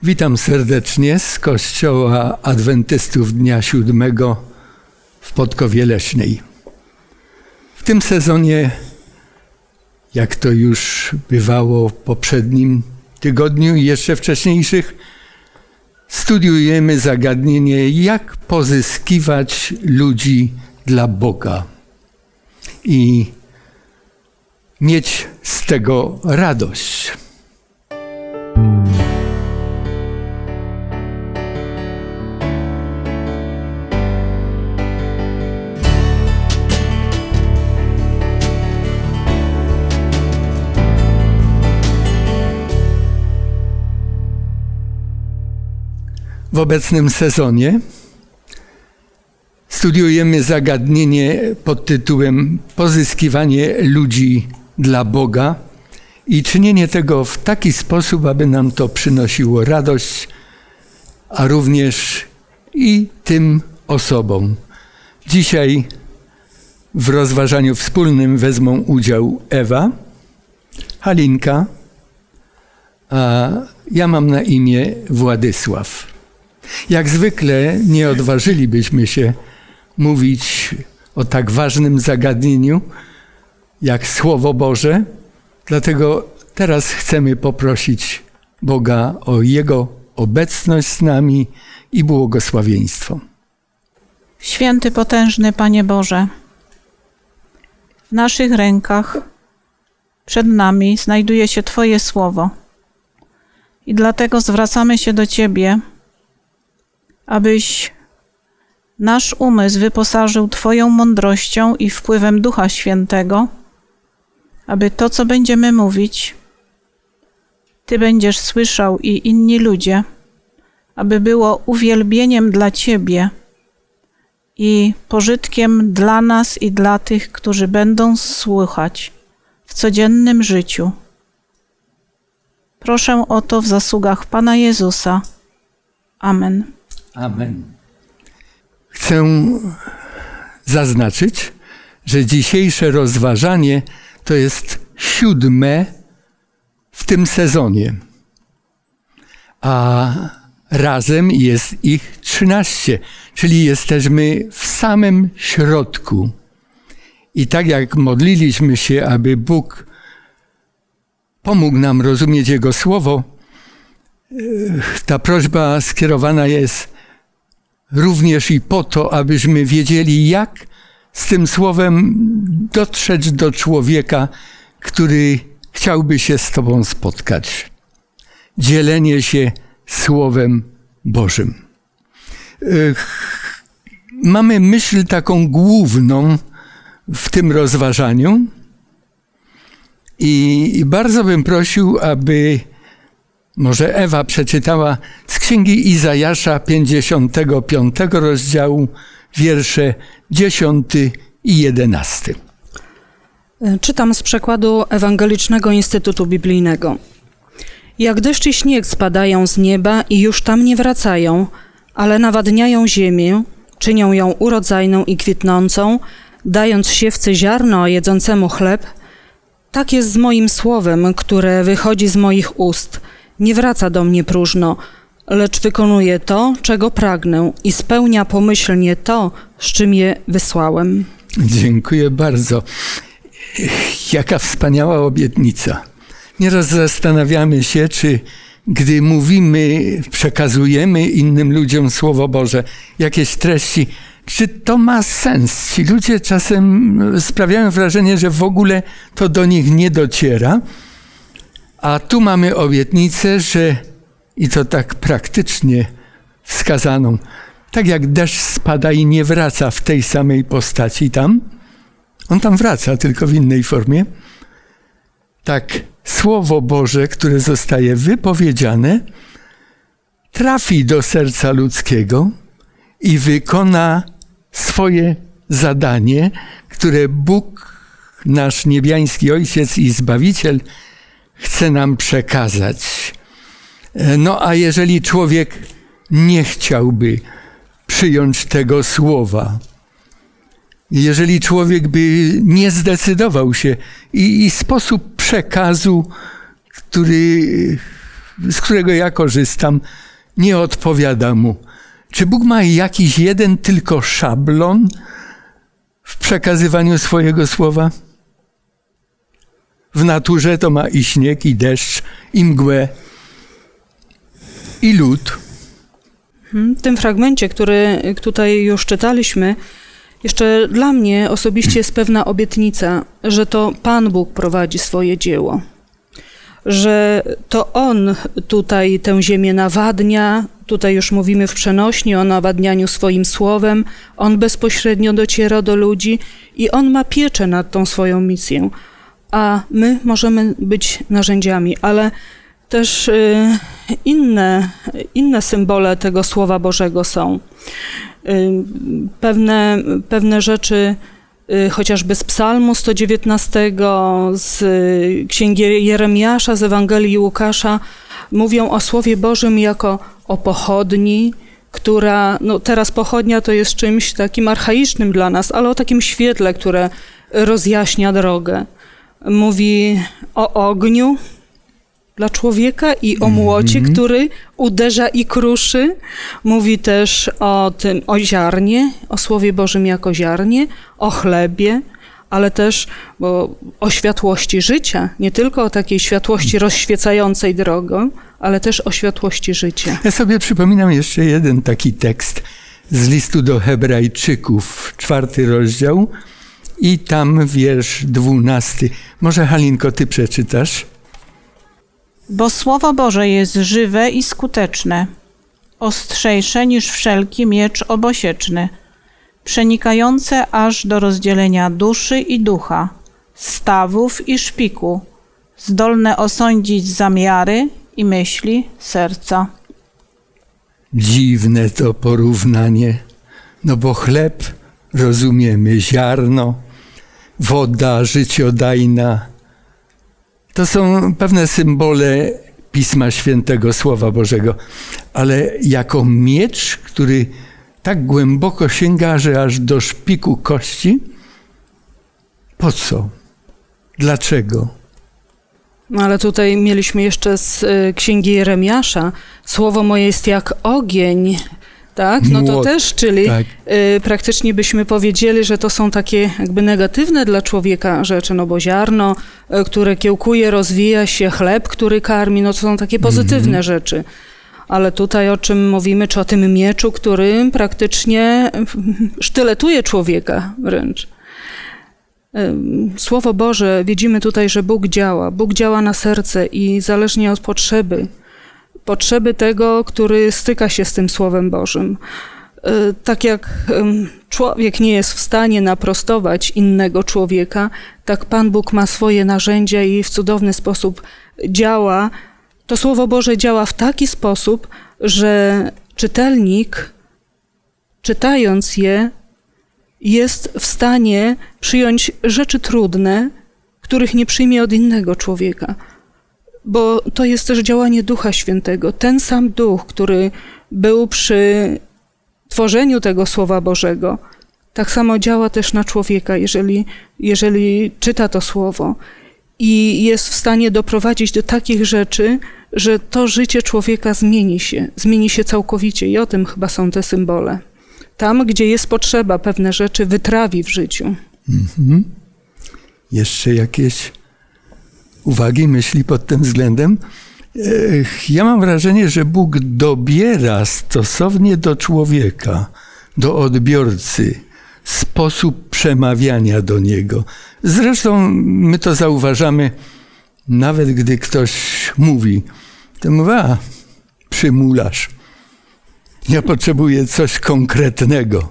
Witam serdecznie z Kościoła Adwentystów Dnia Siódmego w Podkowie Leśnej. W tym sezonie, jak to już bywało w poprzednim tygodniu i jeszcze wcześniejszych, studiujemy zagadnienie, jak pozyskiwać ludzi dla Boga i mieć z tego radość. W obecnym sezonie studiujemy zagadnienie pod tytułem Pozyskiwanie ludzi dla Boga i czynienie tego w taki sposób, aby nam to przynosiło radość, a również i tym osobom. Dzisiaj w rozważaniu wspólnym wezmą udział Ewa, Halinka, a ja mam na imię Władysław. Jak zwykle nie odważylibyśmy się mówić o tak ważnym zagadnieniu jak Słowo Boże, dlatego teraz chcemy poprosić Boga o Jego obecność z nami i błogosławieństwo. Święty, potężny Panie Boże, w naszych rękach, przed nami znajduje się Twoje Słowo i dlatego zwracamy się do Ciebie, abyś nasz umysł wyposażył Twoją mądrością i wpływem Ducha Świętego, aby to, co będziemy mówić, Ty będziesz słyszał i inni ludzie, aby było uwielbieniem dla Ciebie i pożytkiem dla nas i dla tych, którzy będą słuchać w codziennym życiu. Proszę o to w zasługach Pana Jezusa. Amen. Amen. Chcę zaznaczyć, że dzisiejsze rozważanie to jest 7. w tym sezonie, a razem jest ich 13, czyli jesteśmy w samym środku. I tak jak modliliśmy się, aby Bóg pomógł nam rozumieć Jego Słowo, ta prośba skierowana jest również i po to, abyśmy wiedzieli, jak z tym Słowem dotrzeć do człowieka, który chciałby się z Tobą spotkać. Dzielenie się Słowem Bożym. Mamy myśl taką główną w tym rozważaniu i bardzo bym prosił, aby może Ewa przeczytała z Księgi Izajasza 55 rozdziału, wiersze 10 i 11. Czytam z przekładu Ewangelicznego Instytutu Biblijnego. Jak deszcz i śnieg spadają z nieba i już tam nie wracają, ale nawadniają ziemię, czynią ją urodzajną i kwitnącą, dając siewcy ziarno, a jedzącemu chleb, tak jest z moim słowem, które wychodzi z moich ust. Nie wraca do mnie próżno, lecz wykonuje to, czego pragnę i spełnia pomyślnie to, z czym je wysłałem. Dziękuję bardzo. Jaka wspaniała obietnica. Nieraz zastanawiamy się, czy gdy mówimy, przekazujemy innym ludziom Słowo Boże, jakieś treści, czy to ma sens? Ci ludzie czasem sprawiają wrażenie, że w ogóle to do nich nie dociera. A tu mamy obietnicę, że i to tak praktycznie wskazaną, tak jak deszcz spada i nie wraca w tej samej postaci tam, on tam wraca, tylko w innej formie, tak Słowo Boże, które zostaje wypowiedziane, trafi do serca ludzkiego i wykona swoje zadanie, które Bóg, nasz niebiański Ojciec i Zbawiciel, chce nam przekazać. No a jeżeli człowiek nie chciałby przyjąć tego słowa, jeżeli człowiek by nie zdecydował się i sposób przekazu, który z którego ja korzystam, nie odpowiada mu. Czy Bóg ma jakiś jeden tylko szablon w przekazywaniu swojego słowa? W naturze to ma i śnieg, i deszcz, i mgłę, i lód. W tym fragmencie, który tutaj już czytaliśmy, jeszcze dla mnie osobiście jest pewna obietnica, że to Pan Bóg prowadzi swoje dzieło. Że to On tutaj tę ziemię nawadnia, tutaj już mówimy w przenośni o nawadnianiu swoim słowem, On bezpośrednio dociera do ludzi i On ma pieczę nad tą swoją misją, a my możemy być narzędziami, ale też inne symbole tego Słowa Bożego są. Pewne rzeczy, chociażby z Psalmu 119, z Księgi Jeremiasza, z Ewangelii Łukasza, mówią o Słowie Bożym jako o pochodni, która, no teraz pochodnia to jest czymś takim archaicznym dla nas, ale o takim świetle, które rozjaśnia drogę. Mówi o ogniu dla człowieka i o młocie, który uderza i kruszy. Mówi też o ziarnie, o Słowie Bożym jako ziarnie, o chlebie, ale też o światłości życia. Nie tylko o takiej światłości rozświecającej drogę, ale też o światłości życia. Ja sobie przypominam jeszcze jeden taki tekst z listu do Hebrajczyków, 4 rozdział i tam wiersz 12. Może Halinko, ty przeczytasz? Bo Słowo Boże jest żywe i skuteczne, ostrzejsze niż wszelki miecz obosieczny, przenikające aż do rozdzielenia duszy i ducha, stawów i szpiku, zdolne osądzić zamiary i myśli serca. Dziwne to porównanie, no bo chleb, rozumiemy, ziarno, woda życiodajna. To są pewne symbole Pisma Świętego, Słowa Bożego, ale jako miecz, który tak głęboko sięga, że aż do szpiku kości, po co? Dlaczego? No ale tutaj mieliśmy jeszcze z Księgi Jeremiasza, Słowo moje jest jak ogień, tak? No to też, czyli tak. Praktycznie byśmy powiedzieli, że to są takie jakby negatywne dla człowieka rzeczy, no bo ziarno, które kiełkuje, rozwija się, chleb, który karmi, no to są takie pozytywne rzeczy. Ale tutaj o czym mówimy, czy o tym mieczu, który praktycznie sztyletuje człowieka wręcz. Słowo Boże, widzimy tutaj, że Bóg działa na serce i zależnie od potrzeby tego, który styka się z tym Słowem Bożym. Tak jak człowiek nie jest w stanie naprostować innego człowieka, tak Pan Bóg ma swoje narzędzia i w cudowny sposób działa. To Słowo Boże działa w taki sposób, że czytelnik, czytając je, jest w stanie przyjąć rzeczy trudne, których nie przyjmie od innego człowieka. Bo to jest też działanie Ducha Świętego. Ten sam Duch, który był przy tworzeniu tego Słowa Bożego, tak samo działa też na człowieka, jeżeli czyta to Słowo i jest w stanie doprowadzić do takich rzeczy, że to życie człowieka zmieni się całkowicie i o tym chyba są te symbole. Tam, gdzie jest potrzeba, pewne rzeczy wytrawi w życiu. Jeszcze jakieś uwagi, myśli pod tym względem? Ja mam wrażenie, że Bóg dobiera stosownie do człowieka, do odbiorcy, sposób przemawiania do niego. Zresztą my to zauważamy, nawet gdy ktoś mówi, to mówi, przymularz. Ja potrzebuję coś konkretnego.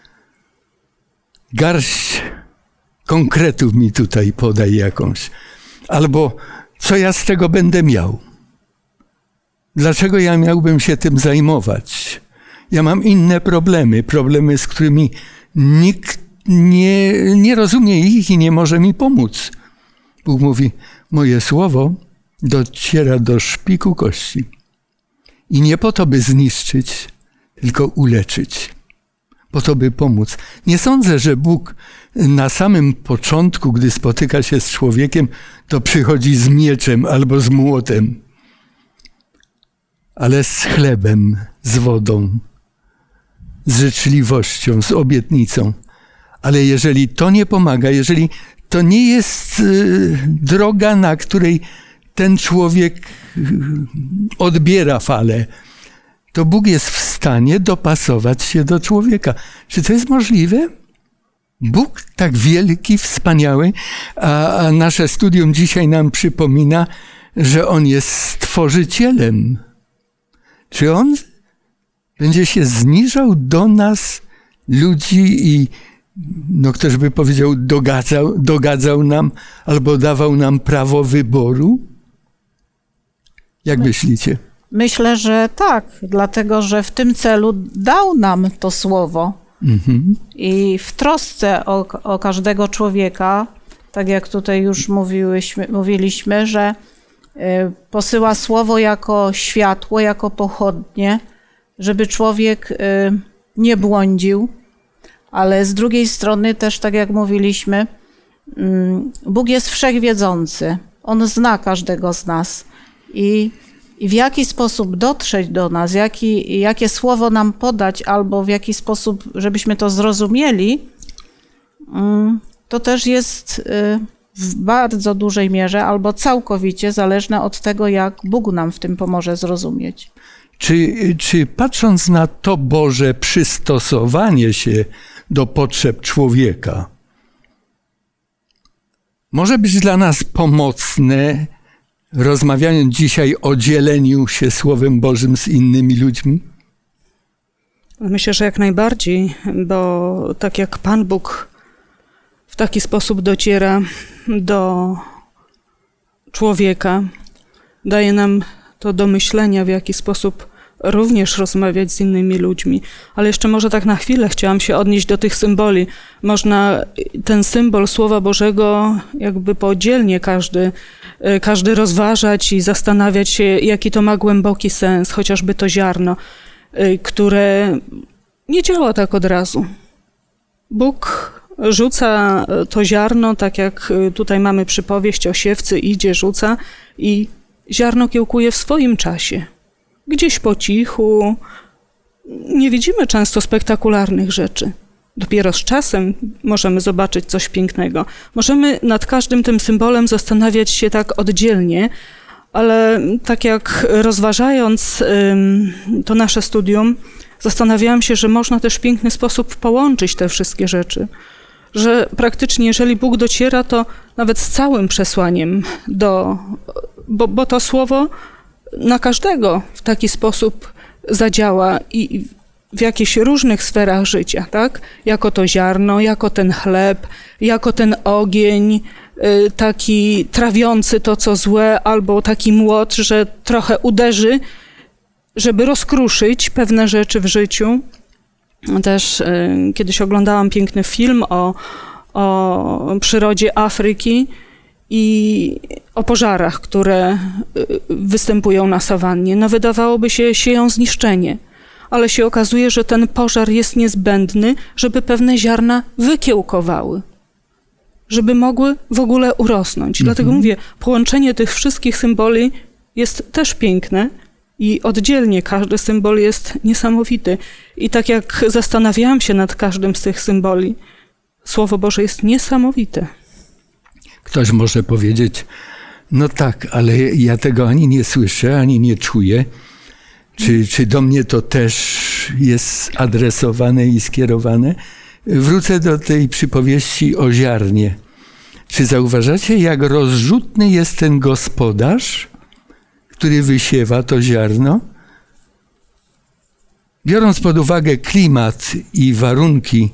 Garść konkretów mi tutaj podaj jakąś. Albo co ja z tego będę miał? Dlaczego ja miałbym się tym zajmować? Ja mam inne problemy, z którymi nikt nie rozumie ich i nie może mi pomóc. Bóg mówi, moje słowo dociera do szpiku kości. I nie po to, by zniszczyć, tylko uleczyć. Po to, by pomóc. Nie sądzę, że Bóg na samym początku, gdy spotyka się z człowiekiem, to przychodzi z mieczem albo z młotem. ale z chlebem, z wodą, z życzliwością, z obietnicą. Ale jeżeli to nie pomaga, jeżeli to nie jest droga, na której ten człowiek odbiera falę, to Bóg jest w stanie dopasować się do człowieka. Czy to jest możliwe? Bóg tak wielki, wspaniały, a nasze studium dzisiaj nam przypomina, że On jest Stworzycielem. Czy On będzie się zniżał do nas, ludzi, i ktoś by powiedział, dogadzał nam albo dawał nam prawo wyboru? Jak myślicie? Myślę, że tak, dlatego że w tym celu dał nam to słowo. I w trosce o każdego człowieka, tak jak tutaj już mówiliśmy, że posyła słowo jako światło, jako pochodnie, żeby człowiek nie błądził, ale z drugiej strony też, tak jak mówiliśmy, Bóg jest wszechwiedzący. On zna każdego z nas i w jaki sposób dotrzeć do nas, jakie słowo nam podać, albo w jaki sposób, żebyśmy to zrozumieli, to też jest w bardzo dużej mierze albo całkowicie zależne od tego, jak Bóg nam w tym pomoże zrozumieć. Czy patrząc na to Boże przystosowanie się do potrzeb człowieka, może być dla nas pomocne, rozmawiając dzisiaj o dzieleniu się Słowem Bożym z innymi ludźmi? Myślę, że jak najbardziej, bo tak jak Pan Bóg w taki sposób dociera do człowieka, daje nam to do myślenia, w jaki sposób również rozmawiać z innymi ludźmi. Ale jeszcze może tak na chwilę chciałam się odnieść do tych symboli. Można ten symbol Słowa Bożego jakby pooddzielnie każdy rozważać i zastanawiać się, jaki to ma głęboki sens, chociażby to ziarno, które nie działa tak od razu. Bóg rzuca to ziarno, tak jak tutaj mamy przypowieść o siewcy, idzie, rzuca i ziarno kiełkuje w swoim czasie. Gdzieś po cichu. Nie widzimy często spektakularnych rzeczy. Dopiero z czasem możemy zobaczyć coś pięknego. Możemy nad każdym tym symbolem zastanawiać się tak oddzielnie, ale tak jak rozważając to nasze studium, zastanawiałam się, że można też w piękny sposób połączyć te wszystkie rzeczy. Że praktycznie jeżeli Bóg dociera, to nawet z całym przesłaniem, bo to słowo na każdego w taki sposób zadziała i w jakichś różnych sferach życia, tak? Jako to ziarno, jako ten chleb, jako ten ogień, taki trawiący to, co złe, albo taki młot, że trochę uderzy, żeby rozkruszyć pewne rzeczy w życiu. Też kiedyś oglądałam piękny film o przyrodzie Afryki i o pożarach, które występują na sawannie. No wydawałoby się, sieją zniszczenie, ale się okazuje, że ten pożar jest niezbędny, żeby pewne ziarna wykiełkowały, żeby mogły w ogóle urosnąć. Dlatego mówię, połączenie tych wszystkich symboli jest też piękne i oddzielnie każdy symbol jest niesamowity. I tak jak zastanawiałam się nad każdym z tych symboli, Słowo Boże jest niesamowite. Ktoś może powiedzieć, no tak, ale ja tego ani nie słyszę, ani nie czuję. Czy do mnie to też jest adresowane i skierowane? Wrócę do tej przypowieści o ziarnie. Czy zauważacie, jak rozrzutny jest ten gospodarz, który wysiewa to ziarno? Biorąc pod uwagę klimat i warunki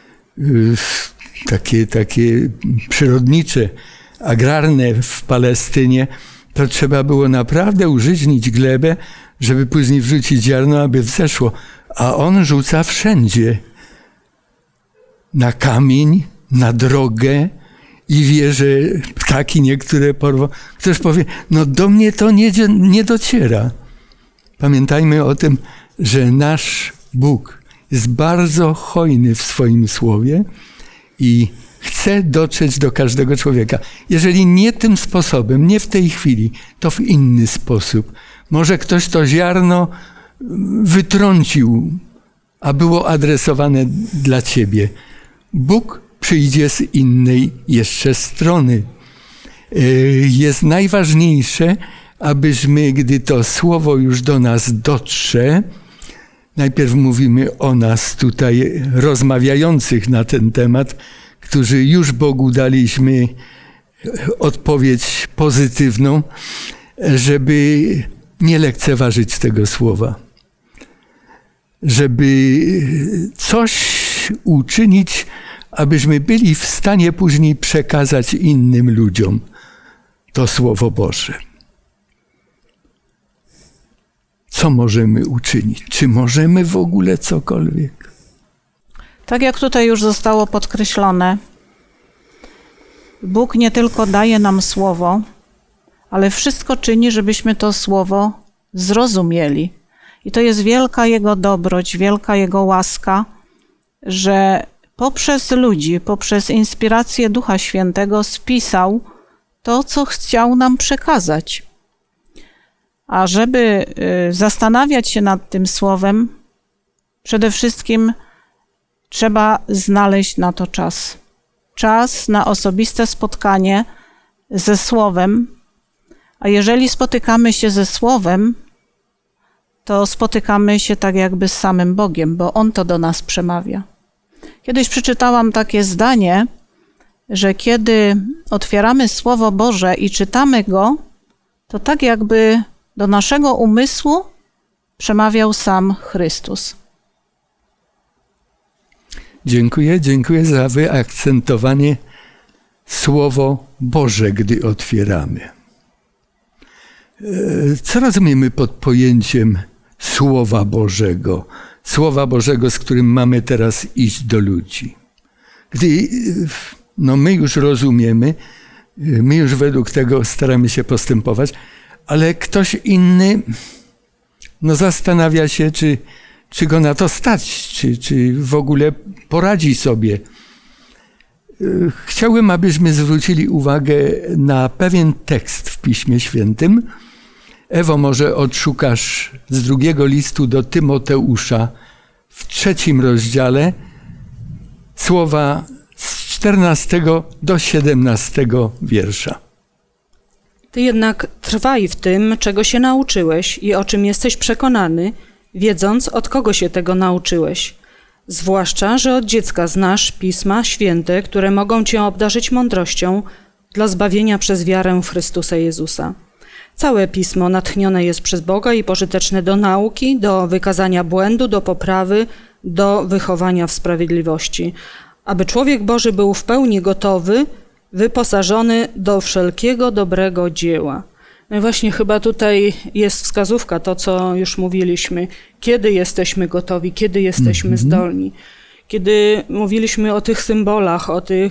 takie przyrodnicze, agrarne w Palestynie, to trzeba było naprawdę użyźnić glebę, żeby później wrzucić ziarno, aby wzeszło. A on rzuca wszędzie. Na kamień, na drogę i wie, że ptaki niektóre porwą. Ktoś powie, no do mnie to nie dociera. Pamiętajmy o tym, że nasz Bóg jest bardzo hojny w swoim słowie i chce dotrzeć do każdego człowieka. Jeżeli nie tym sposobem, nie w tej chwili, to w inny sposób. Może ktoś to ziarno wytrącił, a było adresowane dla ciebie. Bóg przyjdzie z innej jeszcze strony. Jest najważniejsze, abyśmy, gdy to słowo już do nas dotrze, najpierw mówimy o nas tutaj rozmawiających na ten temat, którzy już Bogu daliśmy odpowiedź pozytywną, żeby nie lekceważyć tego słowa. Żeby coś uczynić, abyśmy byli w stanie później przekazać innym ludziom to Słowo Boże. Co możemy uczynić? Czy możemy w ogóle cokolwiek? Tak jak tutaj już zostało podkreślone, Bóg nie tylko daje nam słowo, ale wszystko czyni, żebyśmy to słowo zrozumieli. I to jest wielka Jego dobroć, wielka Jego łaska, że poprzez ludzi, poprzez inspirację Ducha Świętego spisał to, co chciał nam przekazać. A żeby zastanawiać się nad tym słowem, przede wszystkim trzeba znaleźć na to czas. Czas na osobiste spotkanie ze Słowem, a jeżeli spotykamy się ze Słowem, to spotykamy się tak jakby z samym Bogiem, bo On to do nas przemawia. Kiedyś przeczytałam takie zdanie, że kiedy otwieramy Słowo Boże i czytamy go, to tak jakby do naszego umysłu przemawiał sam Chrystus. Dziękuję za wyakcentowanie Słowo Boże, gdy otwieramy. Co rozumiemy pod pojęciem Słowa Bożego? Słowa Bożego, z którym mamy teraz iść do ludzi. Gdy my już rozumiemy, my już według tego staramy się postępować, ale ktoś inny zastanawia się, czy go na to stać, czy w ogóle poradzi sobie. Chciałbym, abyśmy zwrócili uwagę na pewien tekst w Piśmie Świętym. Ewo, może odszukasz z 2 listu do Tymoteusza w 3 rozdziale słowa z 14 do 17 wiersza. Ty jednak trwaj w tym, czego się nauczyłeś i o czym jesteś przekonany, wiedząc, od kogo się tego nauczyłeś. Zwłaszcza, że od dziecka znasz Pisma Święte, które mogą cię obdarzyć mądrością dla zbawienia przez wiarę w Chrystusa Jezusa. Całe Pismo natchnione jest przez Boga i pożyteczne do nauki, do wykazania błędu, do poprawy, do wychowania w sprawiedliwości, aby człowiek Boży był w pełni gotowy, wyposażony do wszelkiego dobrego dzieła. No i właśnie chyba tutaj jest wskazówka, to co już mówiliśmy, kiedy jesteśmy gotowi, kiedy jesteśmy zdolni. Kiedy mówiliśmy o tych symbolach,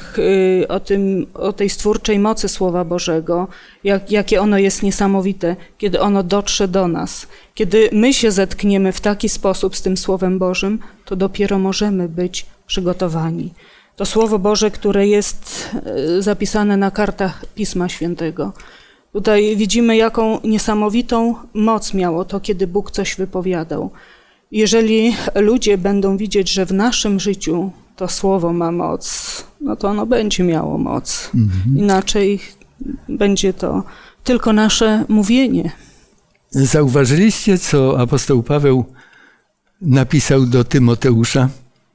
o tej stwórczej mocy Słowa Bożego, jakie ono jest niesamowite, kiedy ono dotrze do nas, kiedy my się zetkniemy w taki sposób z tym Słowem Bożym, to dopiero możemy być przygotowani. To Słowo Boże, które jest zapisane na kartach Pisma Świętego. Tutaj widzimy, jaką niesamowitą moc miało to, kiedy Bóg coś wypowiadał. Jeżeli ludzie będą widzieć, że w naszym życiu to Słowo ma moc, no to ono będzie miało moc. Inaczej będzie to tylko nasze mówienie. Zauważyliście, co apostoł Paweł napisał do Tymoteusza?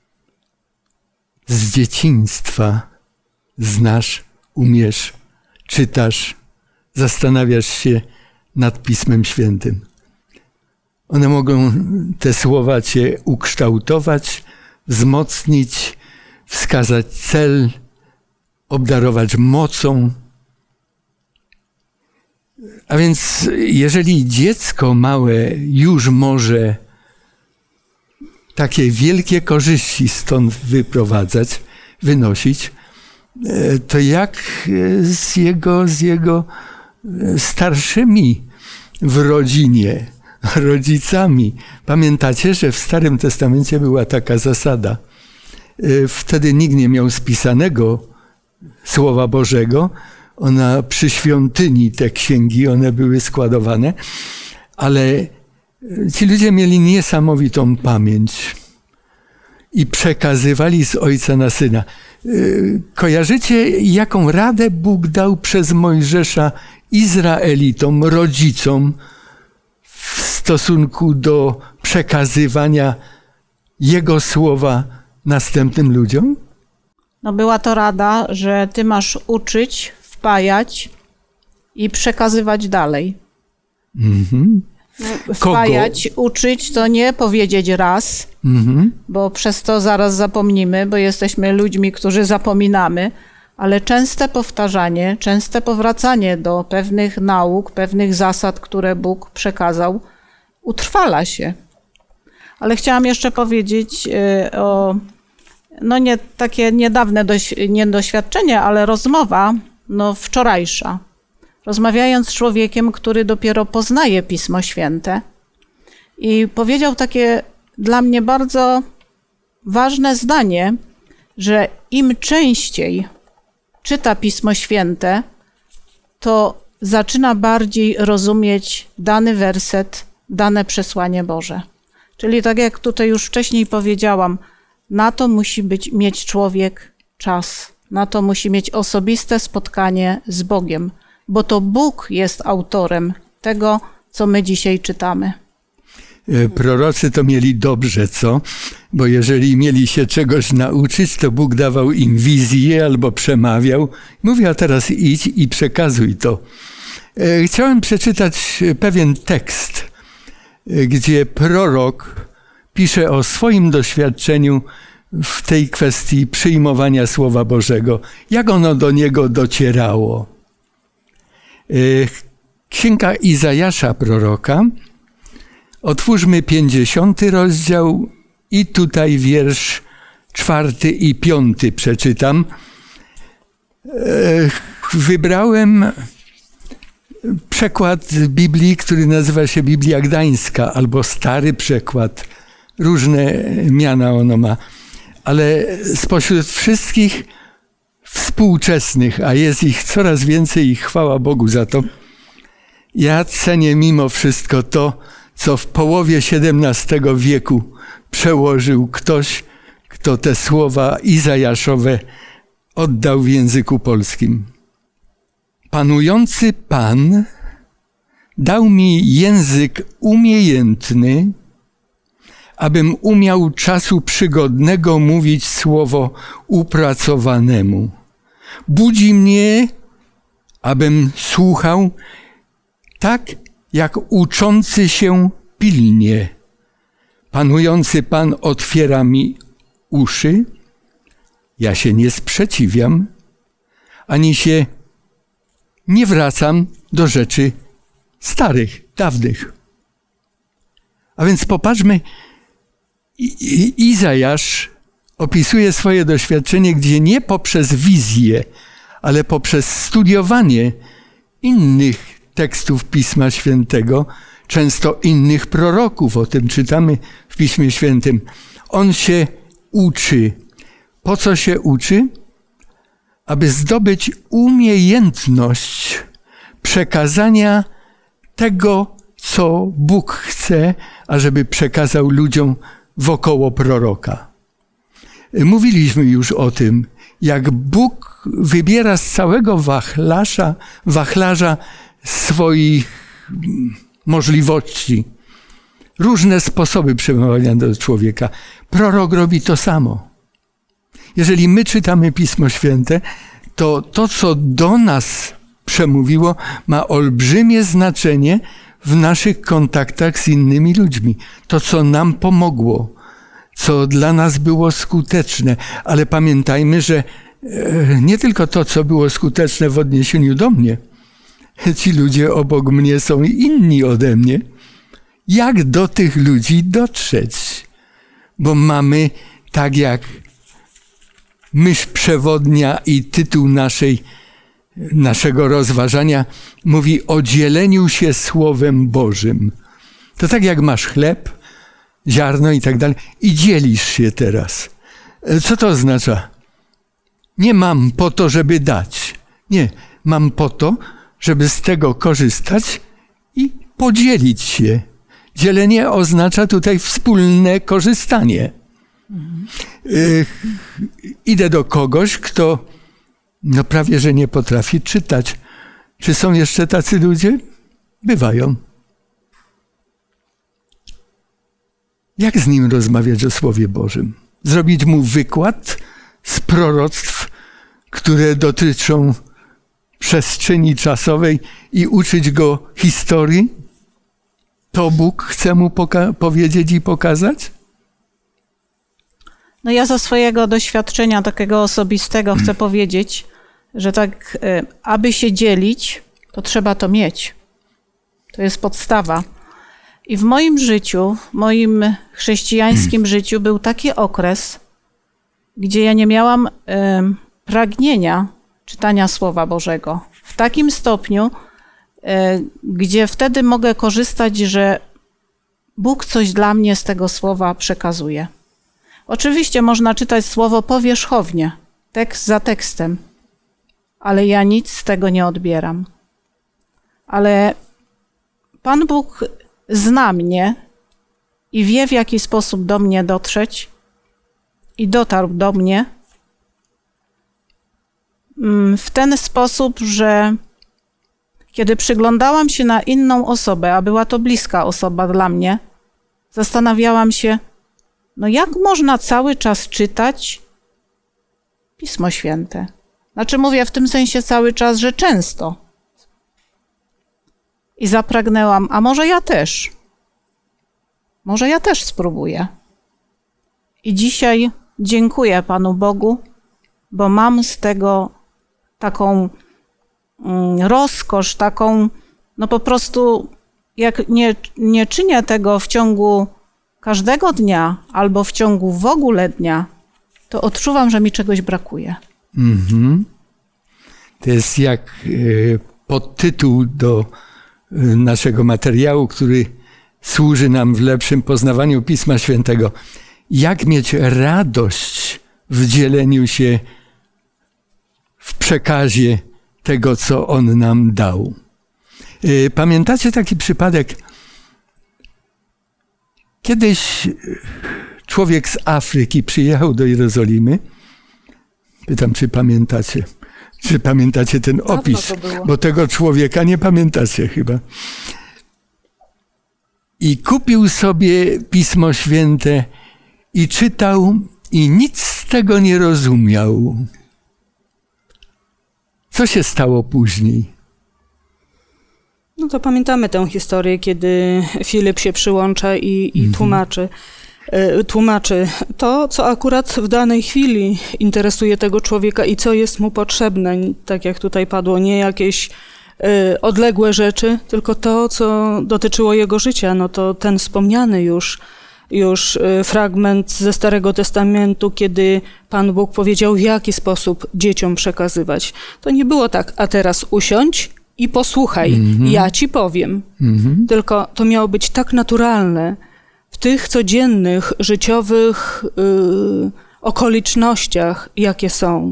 Z dzieciństwa znasz, umiesz, czytasz, zastanawiasz się nad Pismem Świętym. One mogą, te słowa cię ukształtować, wzmocnić, wskazać cel, obdarować mocą. A więc jeżeli dziecko małe już może takie wielkie korzyści stąd wyprowadzać, wynosić, to jak z jego starszymi w rodzinie, rodzicami. Pamiętacie, że w Starym Testamencie była taka zasada. Wtedy nikt nie miał spisanego Słowa Bożego. Przy świątyni te księgi, one były składowane, ale ci ludzie mieli niesamowitą pamięć i przekazywali z ojca na syna. Kojarzycie, jaką radę Bóg dał przez Mojżesza Izraelitom, rodzicom w stosunku do przekazywania Jego słowa następnym ludziom? No była to rada, że ty masz uczyć, wpajać i przekazywać dalej. Wpajać, uczyć to nie powiedzieć raz, bo przez to zaraz zapomnimy, bo jesteśmy ludźmi, którzy zapominamy, ale częste powtarzanie, częste powracanie do pewnych nauk, pewnych zasad, które Bóg przekazał, utrwala się. Ale chciałam jeszcze powiedzieć o, no nie takie niedawne doświadczenie, ale rozmowa, no wczorajsza. Rozmawiając z człowiekiem, który dopiero poznaje Pismo Święte i powiedział takie dla mnie bardzo ważne zdanie, że im częściej czyta Pismo Święte, to zaczyna bardziej rozumieć dany werset, dane przesłanie Boże. Czyli tak jak tutaj już wcześniej powiedziałam, na to musi mieć człowiek czas, na to musi mieć osobiste spotkanie z Bogiem, bo to Bóg jest autorem tego, co my dzisiaj czytamy. Prorocy to mieli dobrze, co? Bo jeżeli mieli się czegoś nauczyć, to Bóg dawał im wizję albo przemawiał. Mówił, a teraz idź i przekazuj to. Chciałem przeczytać pewien tekst, gdzie prorok pisze o swoim doświadczeniu w tej kwestii przyjmowania Słowa Bożego. Jak ono do niego docierało. Księga Izajasza proroka. Otwórzmy 50 rozdział i tutaj wiersz 4 i 5 przeczytam. Wybrałem przekład Biblii, który nazywa się Biblia Gdańska albo stary przekład. Różne miana ono ma. Ale spośród wszystkich współczesnych, a jest ich coraz więcej i chwała Bogu za to, ja cenię mimo wszystko to, co w połowie XVII wieku przełożył ktoś, kto te słowa izajaszowe oddał w języku polskim. Panujący Pan dał mi język umiejętny, abym umiał czasu przygodnego mówić słowo upracowanemu. Budzi mnie, abym słuchał tak, jak uczący się pilnie. Panujący Pan otwiera mi uszy, ja się nie sprzeciwiam, ani się nie wracam do rzeczy starych, dawnych. A więc popatrzmy, Izajasz opisuje swoje doświadczenie, gdzie nie poprzez wizję, ale poprzez studiowanie innych tekstów Pisma Świętego, często innych proroków, o tym czytamy w Piśmie Świętym. On się uczy. Po co się uczy? Aby zdobyć umiejętność przekazania tego, co Bóg chce, ażeby przekazał ludziom wokoło proroka. Mówiliśmy już o tym, jak Bóg wybiera z całego wachlarza swoich możliwości różne sposoby przemawiania do człowieka. Prorok robi to samo. Jeżeli my czytamy Pismo Święte, to to, co do nas przemówiło, ma olbrzymie znaczenie w naszych kontaktach z innymi ludźmi. To, co nam pomogło, co dla nas było skuteczne. Ale pamiętajmy, że nie tylko to, co było skuteczne w odniesieniu do mnie. Ci ludzie obok mnie są inni ode mnie. Jak do tych ludzi dotrzeć? Bo mamy, tak jak myśl przewodnia i tytuł naszego rozważania mówi o dzieleniu się Słowem Bożym. To tak jak masz chleb, ziarno i tak dalej i dzielisz się teraz. Co to oznacza? Nie mam po to, żeby dać. Nie, mam po to, żeby z tego korzystać i podzielić się. Dzielenie oznacza tutaj wspólne korzystanie. Idę do kogoś, kto prawie że nie potrafi czytać. Czy są jeszcze tacy ludzie? Bywają. Jak z nim rozmawiać o Słowie Bożym? Zrobić mu wykład z proroctw, które dotyczą przestrzeni czasowej i uczyć go historii? To Bóg chce mu powiedzieć i pokazać? No ja ze swojego doświadczenia takiego osobistego chcę powiedzieć, że tak, aby się dzielić, to trzeba to mieć. To jest podstawa. I w moim życiu, w moim chrześcijańskim życiu był taki okres, gdzie ja nie miałam pragnienia czytania Słowa Bożego. W takim stopniu, gdzie wtedy mogę korzystać, że Bóg coś dla mnie z tego Słowa przekazuje. Oczywiście można czytać Słowo powierzchownie, tekst za tekstem, ale ja nic z tego nie odbieram. Ale Pan Bóg zna mnie i wie, w jaki sposób do mnie dotrzeć i dotarł do mnie w ten sposób, że kiedy przyglądałam się na inną osobę, a była to bliska osoba dla mnie, zastanawiałam się, jak można cały czas czytać Pismo Święte? Znaczy mówię w tym sensie cały czas, że często. I zapragnęłam, a może ja też? Może ja też spróbuję. I dzisiaj dziękuję Panu Bogu, bo mam z tego taką rozkosz, taką, po prostu jak nie czynię tego w ciągu każdego dnia albo w ciągu w ogóle dnia, to odczuwam, że mi czegoś brakuje. To jest jak podtytuł do naszego materiału, który służy nam w lepszym poznawaniu Pisma Świętego. Jak mieć radość w dzieleniu się w przekazie tego, co On nam dał. Pamiętacie taki przypadek? Kiedyś człowiek z Afryki przyjechał do Jerozolimy. Pytam, czy pamiętacie? Czy pamiętacie ten opis? Bo tego człowieka nie pamiętacie chyba. I kupił sobie Pismo Święte i czytał i nic z tego nie rozumiał. Co się stało później? To pamiętamy tę historię, kiedy Filip się przyłącza i tłumaczy to, co akurat w danej chwili interesuje tego człowieka i co jest mu potrzebne. Tak jak tutaj padło, nie jakieś odległe rzeczy, tylko to, co dotyczyło jego życia. To ten wspomniany już fragment ze Starego Testamentu, kiedy Pan Bóg powiedział, w jaki sposób dzieciom przekazywać. To nie było tak, a teraz usiądź i posłuchaj, ja ci powiem. Tylko to miało być tak naturalne w tych codziennych, życiowych okolicznościach, jakie są.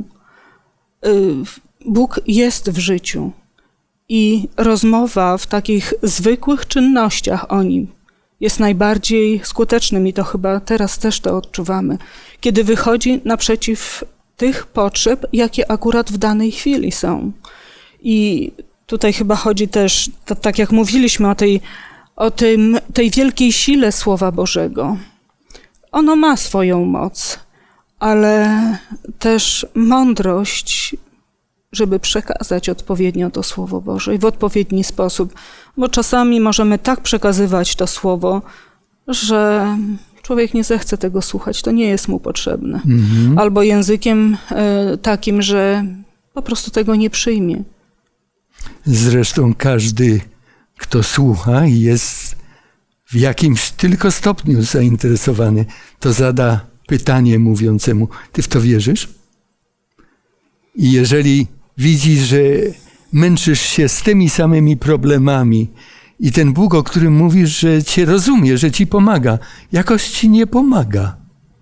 Bóg jest w życiu i rozmowa w takich zwykłych czynnościach o Nim jest najbardziej skutecznym i to chyba teraz też to odczuwamy, kiedy wychodzi naprzeciw tych potrzeb, jakie akurat w danej chwili są. I tutaj chyba chodzi też, tak jak mówiliśmy o tej wielkiej sile Słowa Bożego. Ono ma swoją moc, ale też mądrość, żeby przekazać odpowiednio to Słowo Boże i w odpowiedni sposób. Bo czasami możemy tak przekazywać to Słowo, że człowiek nie zechce tego słuchać, to nie jest mu potrzebne. Albo językiem takim, że po prostu tego nie przyjmie. Zresztą każdy, kto słucha i jest w jakimś tylko stopniu zainteresowany, to zada pytanie mówiącemu, ty w to wierzysz? I jeżeli widzisz, że męczysz się z tymi samymi problemami i ten Bóg, o którym mówisz, że cię rozumie, że ci pomaga, jakoś ci nie pomaga.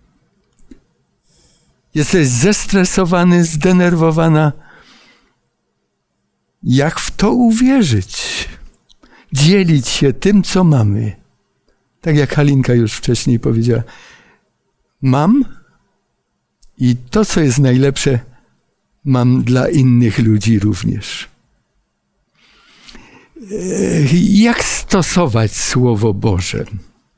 Jesteś zestresowany, zdenerwowana. Jak w to uwierzyć? dzielić się tym, co mamy. Tak jak Halinka już wcześniej powiedziała. Mam i to, co jest najlepsze, mam dla innych ludzi również. Jak stosować Słowo Boże?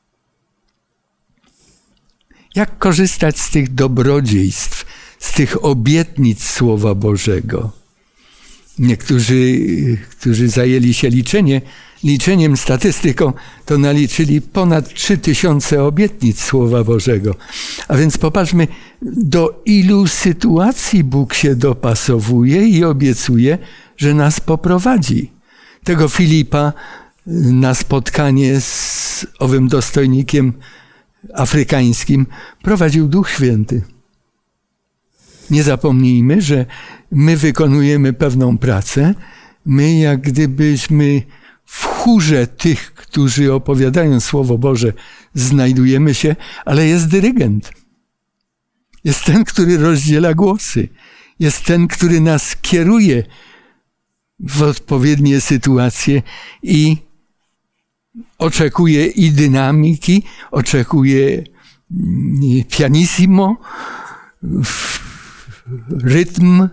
Jak korzystać z tych dobrodziejstw, z tych obietnic Słowa Bożego? Niektórzy, którzy zajęli się liczeniem, statystyką, to naliczyli ponad 3000 obietnic Słowa Bożego. A więc popatrzmy, do ilu sytuacji Bóg się dopasowuje i obiecuje, że nas poprowadzi. Tego Filipa na spotkanie z owym dostojnikiem afrykańskim prowadził Duch Święty. Nie zapomnijmy, że my wykonujemy pewną pracę. My jak gdybyśmy w chórze tych, którzy opowiadają Słowo Boże, znajdujemy się, ale jest dyrygent. Jest ten, który rozdziela głosy. Jest ten, który nas kieruje w odpowiednie sytuacje i oczekuje i dynamiki, oczekuje pianissimo, rytm.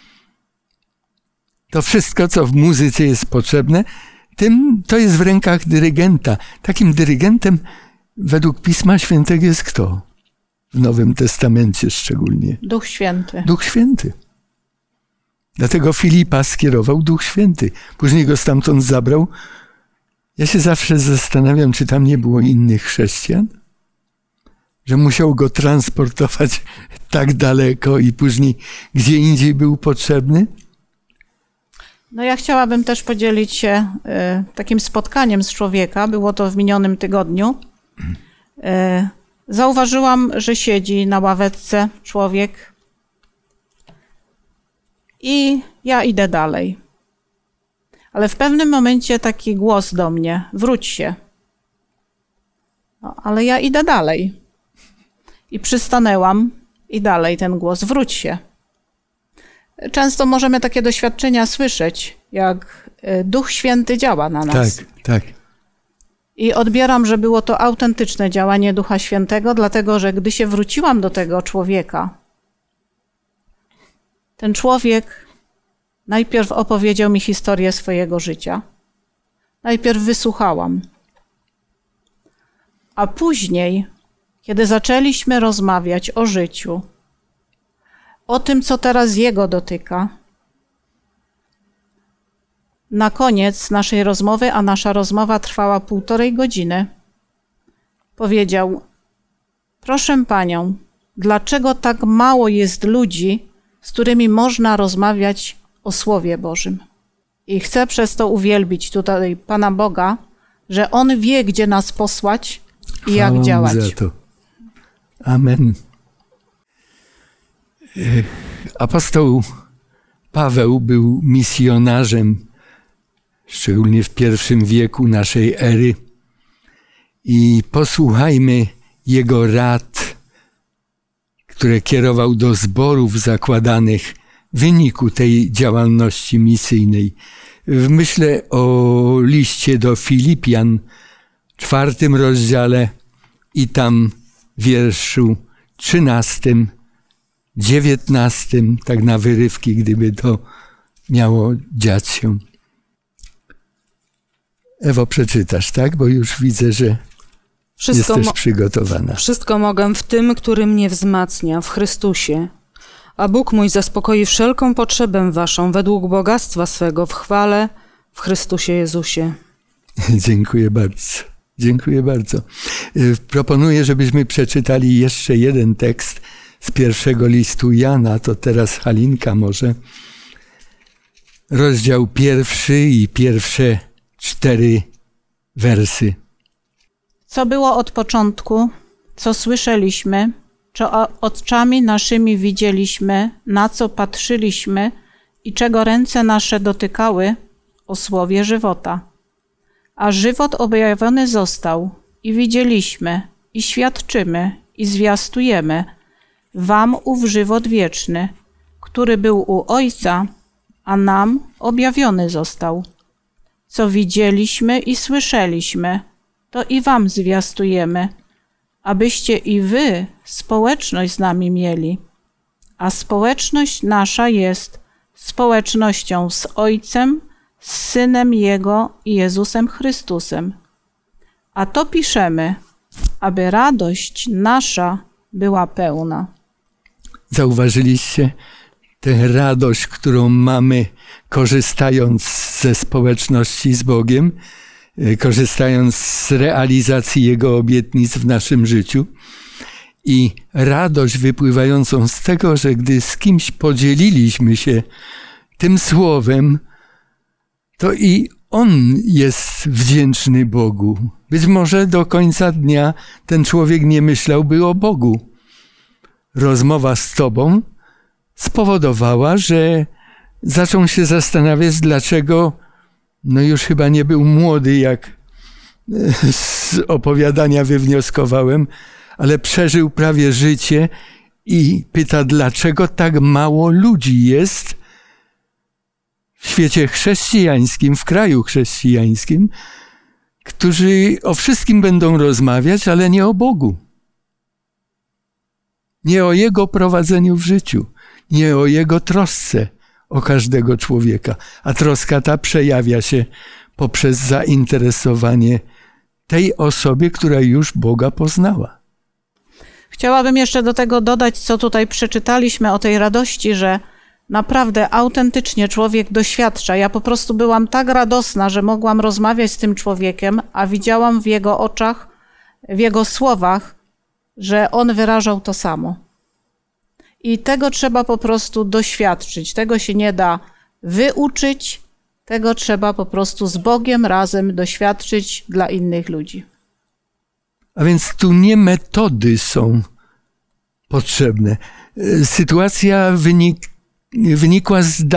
To wszystko, co w muzyce jest potrzebne, to jest w rękach dyrygenta. Takim dyrygentem według Pisma Świętego jest kto? W Nowym Testamencie szczególnie. Duch Święty. Duch Święty. Dlatego Filipa skierował Duch Święty. Później go stamtąd zabrał. Ja się zawsze zastanawiam, czy tam nie było innych chrześcijan, że musiał go transportować tak daleko i później gdzie indziej był potrzebny. No ja chciałabym też podzielić się takim spotkaniem z człowieka. Było to w minionym tygodniu. Zauważyłam, że siedzi na ławeczce człowiek i ja idę dalej. Ale w pewnym momencie taki głos do mnie: wróć się. No, ale ja idę dalej. I przystanęłam i dalej ten głos: wróć się. Często możemy takie doświadczenia słyszeć, jak Duch Święty działa na nas. Tak, tak. I odbieram, że było to autentyczne działanie Ducha Świętego, dlatego że gdy się wróciłam do tego człowieka, ten człowiek najpierw opowiedział mi historię swojego życia. Najpierw wysłuchałam. A później, kiedy zaczęliśmy rozmawiać o życiu, o tym, co teraz jego dotyka, na koniec naszej rozmowy, a nasza rozmowa trwała 1,5 godziny, powiedział: proszę panią, dlaczego tak mało jest ludzi, z którymi można rozmawiać o Słowie Bożym? I chcę przez to uwielbić tutaj Pana Boga, że On wie, gdzie nas posłać i jak działać. Za to. Amen. Apostoł Paweł był misjonarzem, szczególnie w I wieku naszej ery. I posłuchajmy jego rad, które kierował do zborów zakładanych w wyniku tej działalności misyjnej. Myślę o liście do Filipian, 4 rozdziale i tam wierszu 13, 19, tak na wyrywki, gdyby to miało dziać się. Ewo, przeczytasz, tak? Bo już widzę, że jesteś przygotowana. Wszystko mogę w tym, który mnie wzmacnia, w Chrystusie. A Bóg mój zaspokoi wszelką potrzebę waszą według bogactwa swego w chwale w Chrystusie Jezusie. Dziękuję bardzo. Dziękuję bardzo. Proponuję, żebyśmy przeczytali jeszcze jeden tekst z 1 listu Jana. To teraz Halinka może. Rozdział 1 i pierwsze 4 wersy. Co było od początku, co słyszeliśmy, co oczami naszymi widzieliśmy, na co patrzyliśmy i czego ręce nasze dotykały, o słowie żywota. A żywot objawiony został i widzieliśmy, i świadczymy, i zwiastujemy wam ów żywot wieczny, który był u Ojca, a nam objawiony został. co widzieliśmy i słyszeliśmy, to i wam zwiastujemy, abyście i wy społeczność z nami mieli. A społeczność nasza jest społecznością z Ojcem, z Synem Jego i Jezusem Chrystusem. A to piszemy, aby radość nasza była pełna. Zauważyliście tę radość, którą mamy, korzystając ze społeczności z Bogiem, korzystając z realizacji Jego obietnic w naszym życiu i radość wypływającą z tego, że gdy z kimś podzieliliśmy się tym słowem, to i on jest wdzięczny Bogu. Być może do końca dnia ten człowiek nie myślałby o Bogu. Rozmowa z tobą spowodowała, że zaczął się zastanawiać, dlaczego już chyba nie był młody, jak z opowiadania wywnioskowałem, ale przeżył prawie życie i pyta, dlaczego tak mało ludzi jest w świecie chrześcijańskim, w kraju chrześcijańskim, którzy o wszystkim będą rozmawiać, ale nie o Bogu. Nie o Jego prowadzeniu w życiu, nie o Jego trosce o każdego człowieka. A troska ta przejawia się poprzez zainteresowanie tej osobie, która już Boga poznała. Chciałabym jeszcze do tego dodać, co tutaj przeczytaliśmy o tej radości, że naprawdę autentycznie człowiek doświadcza. Ja po prostu byłam tak radosna, że mogłam rozmawiać z tym człowiekiem, a widziałam w jego oczach, w jego słowach, że on wyrażał to samo. I tego trzeba po prostu doświadczyć. Tego się nie da wyuczyć, tego trzeba po prostu z Bogiem razem doświadczyć dla innych ludzi. A więc tu nie metody są potrzebne. Sytuacja wynikła z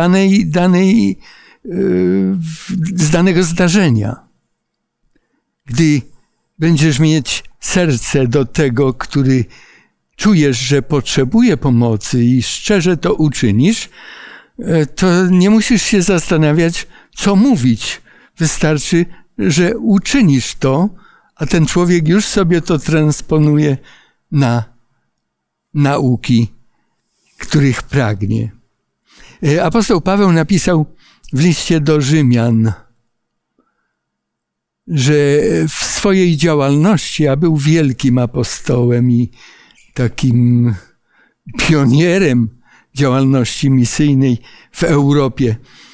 danego zdarzenia. Gdy będziesz mieć serce do tego, który czujesz, że potrzebuje pomocy i szczerze to uczynisz, to nie musisz się zastanawiać, co mówić. Wystarczy, że uczynisz to, a ten człowiek już sobie to transponuje na nauki, których pragnie. Apostoł Paweł napisał w liście do Rzymian, że w swojej działalności, a był wielkim apostołem i takim pionierem działalności misyjnej w Europie,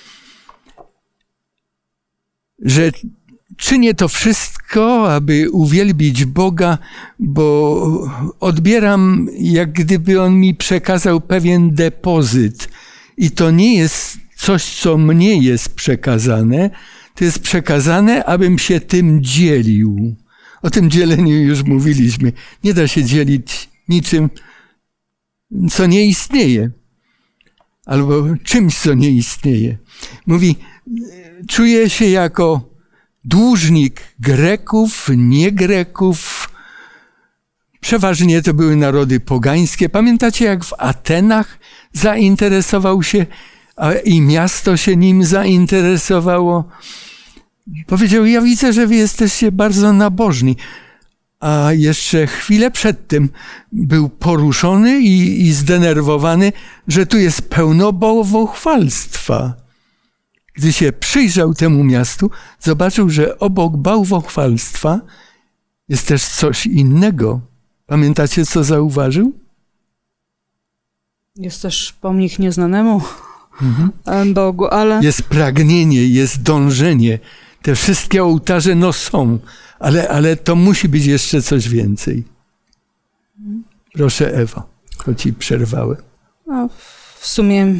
że czynię to wszystko, aby uwielbić Boga, bo odbieram, jak gdyby On mi przekazał pewien depozyt. I to nie jest coś, co mnie jest przekazane, to jest przekazane, abym się tym dzielił. O tym dzieleniu już mówiliśmy. Nie da się dzielić niczym, co nie istnieje. Albo czymś, co nie istnieje. Mówi, czuję się jako dłużnik Greków, nie Greków. Przeważnie to były narody pogańskie. Pamiętacie, jak w Atenach zainteresował się i miasto się nim zainteresowało? Powiedział, ja widzę, że wy jesteście bardzo nabożni. A jeszcze chwilę przed tym był poruszony i zdenerwowany, że tu jest pełno bałwochwalstwa. Gdy się przyjrzał temu miastu, zobaczył, że obok bałwochwalstwa jest też coś innego. Pamiętacie, co zauważył? Jest też pomnik nieznanemu Bogu, ale... Jest pragnienie, jest dążenie. Te wszystkie ołtarze są, ale to musi być jeszcze coś więcej. Proszę, Ewo, to ci przerwałem. No, w sumie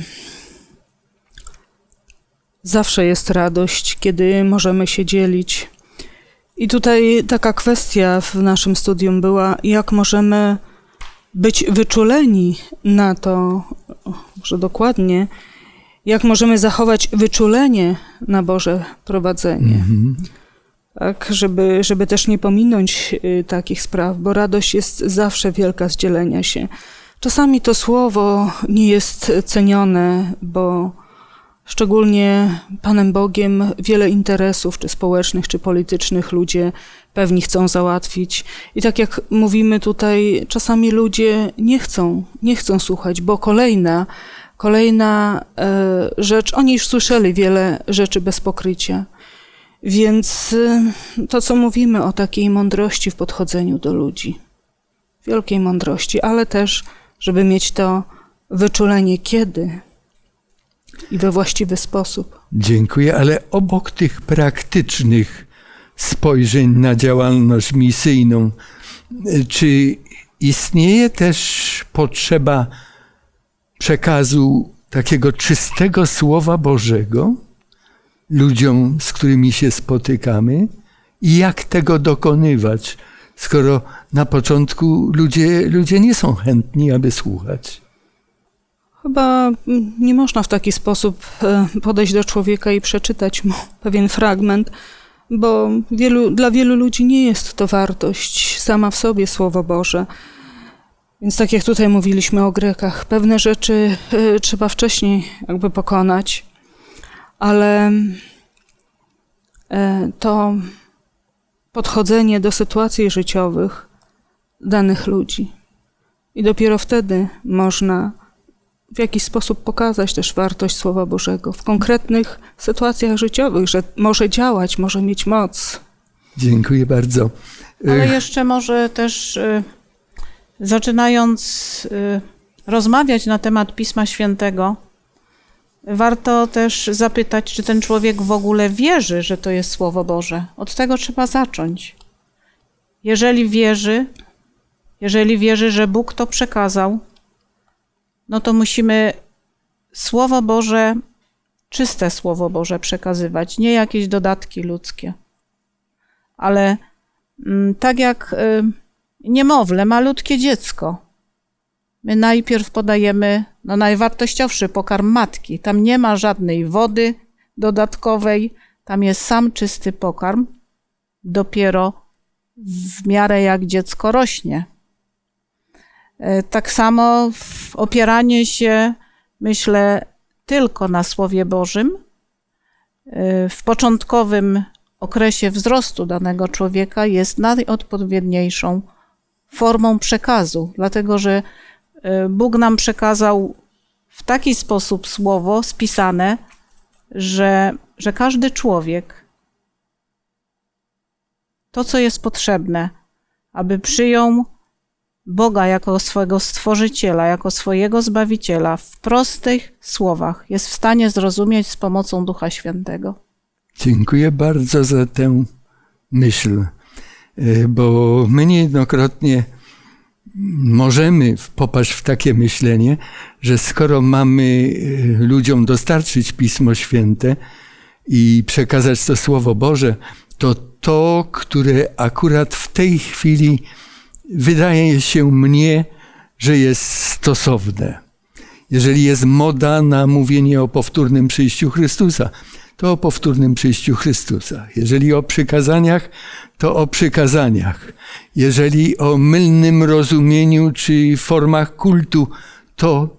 zawsze jest radość, kiedy możemy się dzielić. I tutaj taka kwestia w naszym studium była, jak możemy być wyczuleni na to, może dokładnie, jak możemy zachować wyczulenie na Boże prowadzenie. Tak, żeby też nie pominąć takich spraw, bo radość jest zawsze wielka z dzielenia się. Czasami to słowo nie jest cenione, bo szczególnie Panem Bogiem, wiele interesów, czy społecznych, czy politycznych ludzie pewni chcą załatwić. I tak jak mówimy tutaj, czasami ludzie nie chcą słuchać, bo kolejna rzecz, oni już słyszeli wiele rzeczy bez pokrycia. Więc to, co mówimy o takiej mądrości w podchodzeniu do ludzi, wielkiej mądrości, ale też, żeby mieć to wyczulenie kiedy i we właściwy sposób. Dziękuję, ale obok tych praktycznych spojrzeń na działalność misyjną, czy istnieje też potrzeba przekazu takiego czystego Słowa Bożego ludziom, z którymi się spotykamy? I jak tego dokonywać, skoro na początku ludzie nie są chętni, aby słuchać? Chyba nie można w taki sposób podejść do człowieka i przeczytać mu pewien fragment, bo dla wielu ludzi nie jest to wartość sama w sobie, Słowo Boże. Więc tak jak tutaj mówiliśmy o Grekach, pewne rzeczy trzeba wcześniej jakby pokonać, ale to podchodzenie do sytuacji życiowych danych ludzi. I dopiero wtedy można w jakiś sposób pokazać też wartość Słowa Bożego w konkretnych sytuacjach życiowych, że może działać, może mieć moc. Dziękuję bardzo. Ale jeszcze może też zaczynając rozmawiać na temat Pisma Świętego, warto też zapytać, czy ten człowiek w ogóle wierzy, że to jest Słowo Boże. Od tego trzeba zacząć. Jeżeli wierzy, że Bóg to przekazał, no to musimy Słowo Boże, czyste Słowo Boże przekazywać, nie jakieś dodatki ludzkie. Ale tak jak niemowlę, malutkie dziecko, my najpierw podajemy najwartościowszy pokarm matki. Tam nie ma żadnej wody dodatkowej, tam jest sam czysty pokarm. Dopiero w miarę jak dziecko rośnie. Tak samo opieranie się, myślę, tylko na Słowie Bożym w początkowym okresie wzrostu danego człowieka jest najodpowiedniejszą formą przekazu, dlatego że Bóg nam przekazał w taki sposób Słowo spisane, że każdy człowiek to, co jest potrzebne, aby przyjął Boga jako swojego Stworzyciela, jako swojego Zbawiciela w prostych słowach jest w stanie zrozumieć z pomocą Ducha Świętego. Dziękuję bardzo za tę myśl, bo my niejednokrotnie możemy popaść w takie myślenie, że skoro mamy ludziom dostarczyć Pismo Święte i przekazać to Słowo Boże, to, które akurat w tej chwili wydaje się mnie, że jest stosowne. Jeżeli jest moda na mówienie o powtórnym przyjściu Chrystusa, to o powtórnym przyjściu Chrystusa. Jeżeli o przykazaniach, to o przykazaniach. Jeżeli o mylnym rozumieniu czy formach kultu, to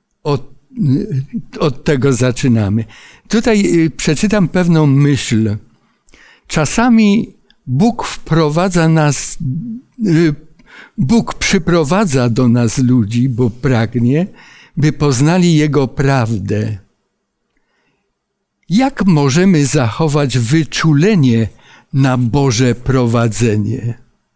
od tego zaczynamy. Tutaj przeczytam pewną myśl. Czasami Bóg przyprowadza do nas ludzi, bo pragnie, by poznali Jego prawdę. Jak możemy zachować wyczulenie na Boże prowadzenie?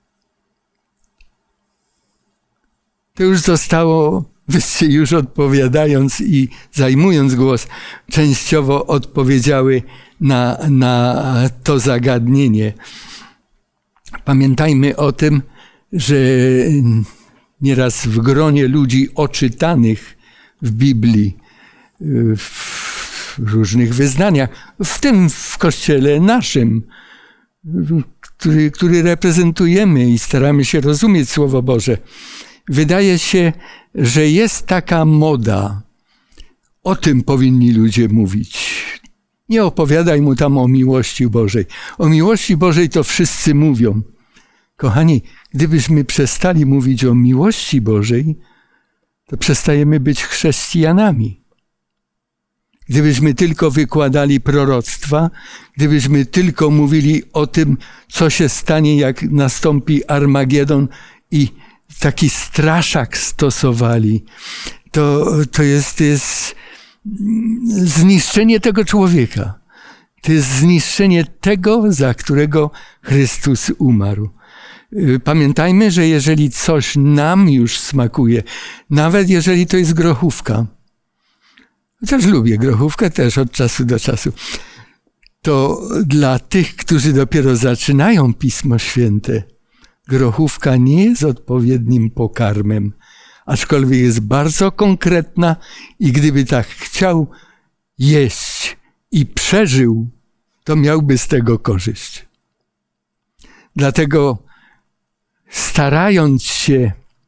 To już zostało, wyście już odpowiadając i zajmując głos, częściowo odpowiedziały na to zagadnienie. Pamiętajmy o tym, że nieraz w gronie ludzi oczytanych w Biblii, w różnych wyznaniach, w tym w Kościele naszym, który reprezentujemy i staramy się rozumieć Słowo Boże, wydaje się, że jest taka moda. O tym powinni ludzie mówić. Nie opowiadaj mu tam o miłości Bożej. O miłości Bożej to wszyscy mówią. Kochani, gdybyśmy przestali mówić o miłości Bożej, to przestajemy być chrześcijanami. gdybyśmy tylko wykładali proroctwa, gdybyśmy tylko mówili o tym, co się stanie, jak nastąpi Armagedon i taki straszak stosowali, to jest zniszczenie tego człowieka. To jest zniszczenie tego, za którego Chrystus umarł. Pamiętajmy, że jeżeli coś nam już smakuje, nawet jeżeli to jest grochówka, chociaż lubię grochówkę też od czasu do czasu, to dla tych, którzy dopiero zaczynają Pismo Święte, grochówka nie jest odpowiednim pokarmem, aczkolwiek jest bardzo konkretna i gdyby tak chciał jeść i przeżył, to miałby z tego korzyść. Dlatego starając się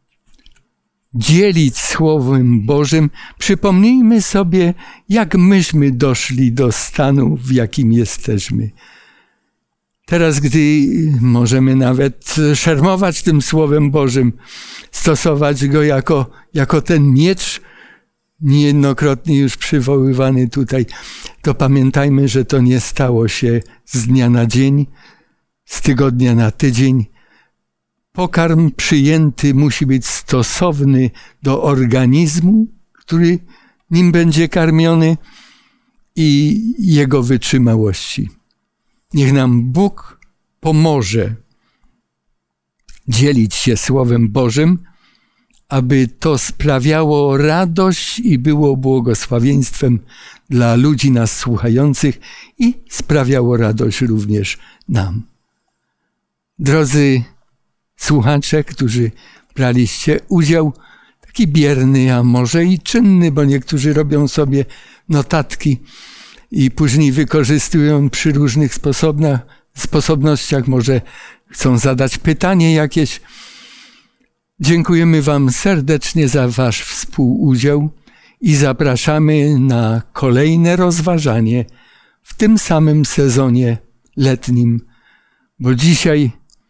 dzielić Słowem Bożym, przypomnijmy sobie, jak myśmy doszli do stanu, w jakim jesteśmy. Teraz, gdy możemy nawet szermować tym Słowem Bożym, stosować go jako ten miecz, niejednokrotnie już przywoływany tutaj, to pamiętajmy, że to nie stało się z dnia na dzień, z tygodnia na tydzień. Pokarm przyjęty musi być stosowny do organizmu, który nim będzie karmiony, i jego wytrzymałości. Niech nam Bóg pomoże dzielić się Słowem Bożym, aby to sprawiało radość i było błogosławieństwem dla ludzi nas słuchających i sprawiało radość również nam. Drodzy słuchacze, którzy braliście udział, taki bierny, a może i czynny, bo niektórzy robią sobie notatki i później wykorzystują przy różnych sposobnościach, może chcą zadać pytanie jakieś. Dziękujemy Wam serdecznie za Wasz współudział i zapraszamy na kolejne rozważanie w tym samym sezonie letnim, bo dzisiaj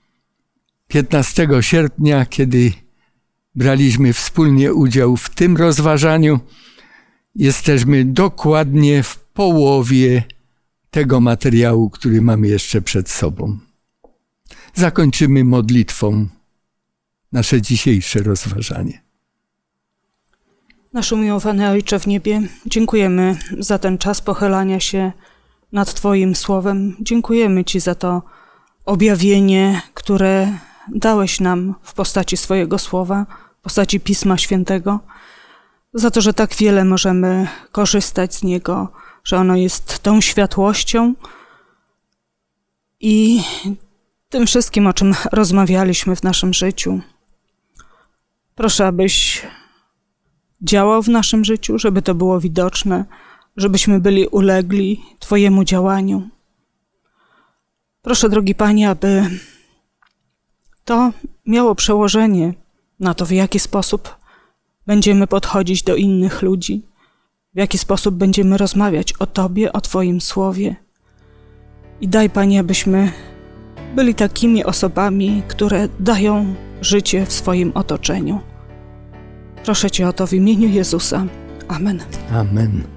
15 sierpnia, kiedy braliśmy wspólnie udział w tym rozważaniu, jesteśmy dokładnie w połowie tego materiału, który mamy jeszcze przed sobą. Zakończymy modlitwą nasze dzisiejsze rozważanie. Nasz umiłowany Ojcze w niebie, dziękujemy za ten czas pochylania się nad Twoim Słowem. Dziękujemy Ci za to objawienie, które dałeś nam w postaci swojego Słowa, w postaci Pisma Świętego, za to, że tak wiele możemy korzystać z niego, że ono jest tą światłością i tym wszystkim, o czym rozmawialiśmy w naszym życiu. Proszę, abyś działał w naszym życiu, żeby to było widoczne, żebyśmy byli ulegli Twojemu działaniu. Proszę, drogi Panie, aby to miało przełożenie na to, w jaki sposób będziemy podchodzić do innych ludzi, w jaki sposób będziemy rozmawiać o Tobie, o Twoim Słowie. I daj, Panie, abyśmy byli takimi osobami, które dają życie w swoim otoczeniu. Proszę Cię o to w imieniu Jezusa. Amen. Amen.